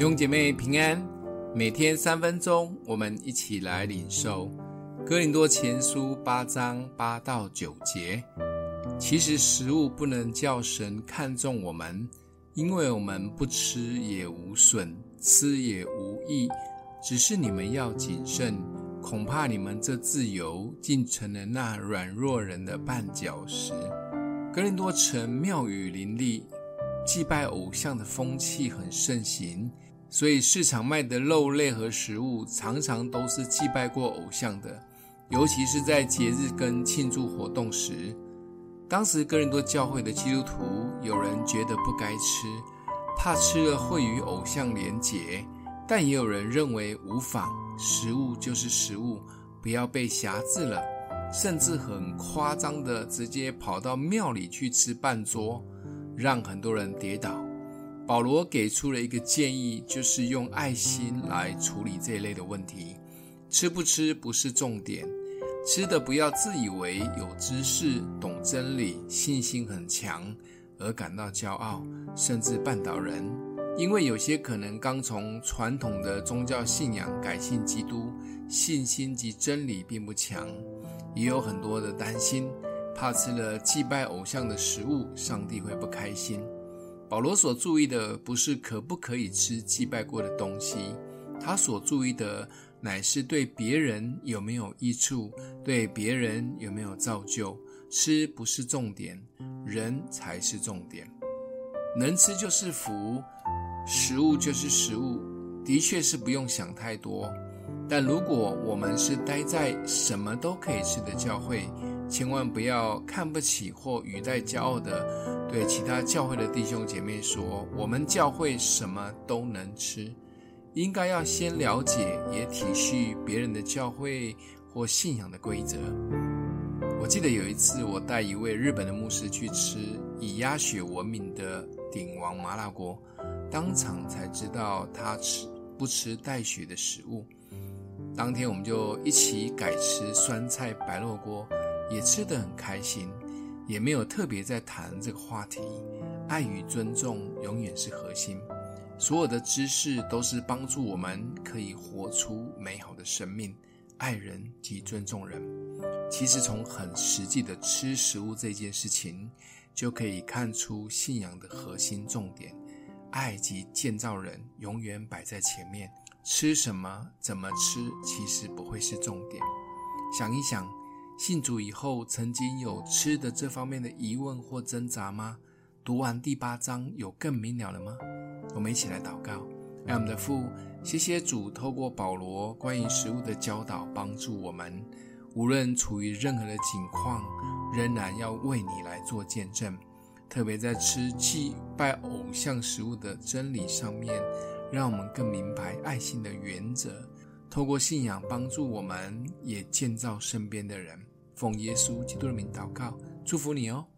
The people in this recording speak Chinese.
弟兄姐妹平安，每天3分钟，我们一起来领受哥林多前书8章8到9节。其实食物不能叫神看重我们，因为我们不吃也无损，吃也无益，只是你们要谨慎，恐怕你们这自由竟成了那软弱人的绊脚石。哥林多城庙宇林立，祭拜偶像的风气很盛行，所以市场卖的肉类和食物常常都是祭拜过偶像的，尤其是在节日跟庆祝活动时。当时哥林多教会的基督徒有人觉得不该吃，怕吃了会与偶像连结，但也有人认为无妨，食物就是食物，不要被辖制了，甚至很夸张的直接跑到庙里去吃半桌，让很多人跌倒。保罗给出了一个建议，就是用爱心来处理这一类的问题。吃不吃不是重点，吃的不要自以为有知识、懂真理、信心很强而感到骄傲，甚至绊倒人。因为有些可能刚从传统的宗教信仰改信基督，信心及真理并不强，也有很多的担心，怕吃了祭拜偶像的食物，上帝会不开心。保罗所注意的不是可不可以吃祭拜过的东西，他所注意的乃是对别人有没有益处，对别人有没有造就。吃不是重点，人才是重点。能吃就是福，食物就是食物，的确是不用想太多。但如果我们是待在什么都可以吃的教会，千万不要看不起或语带骄傲的对其他教会的弟兄姐妹说，我们教会什么都能吃。应该要先了解也体恤别人的教会或信仰的规则。我记得有一次我带一位日本的牧师去吃以鸭血闻名的鼎王麻辣锅，当场才知道他不吃带血的食物。当天我们就一起改吃酸菜白肉锅，也吃得很开心，也没有特别在谈这个话题。爱与尊重永远是核心，所有的知识都是帮助我们可以活出美好的生命，爱人及尊重人。其实从很实际的吃食物这件事情，就可以看出信仰的核心重点，爱及建造人永远摆在前面。吃什么怎么吃其实不会是重点。想一想，信主以后曾经有吃的这方面的疑问或挣扎吗？读完第8章有更明了了吗？我们一起来祷告。爱我们的父，谢谢主透过保罗关于食物的教导帮助我们，无论处于任何的境况，仍然要为你来做见证。特别在吃祭拜偶像食物的真理上面，让我们更明白爱心的原则，透过信仰帮助我们，也建造身边的人。奉耶稣基督的名祷告，祝福你哦。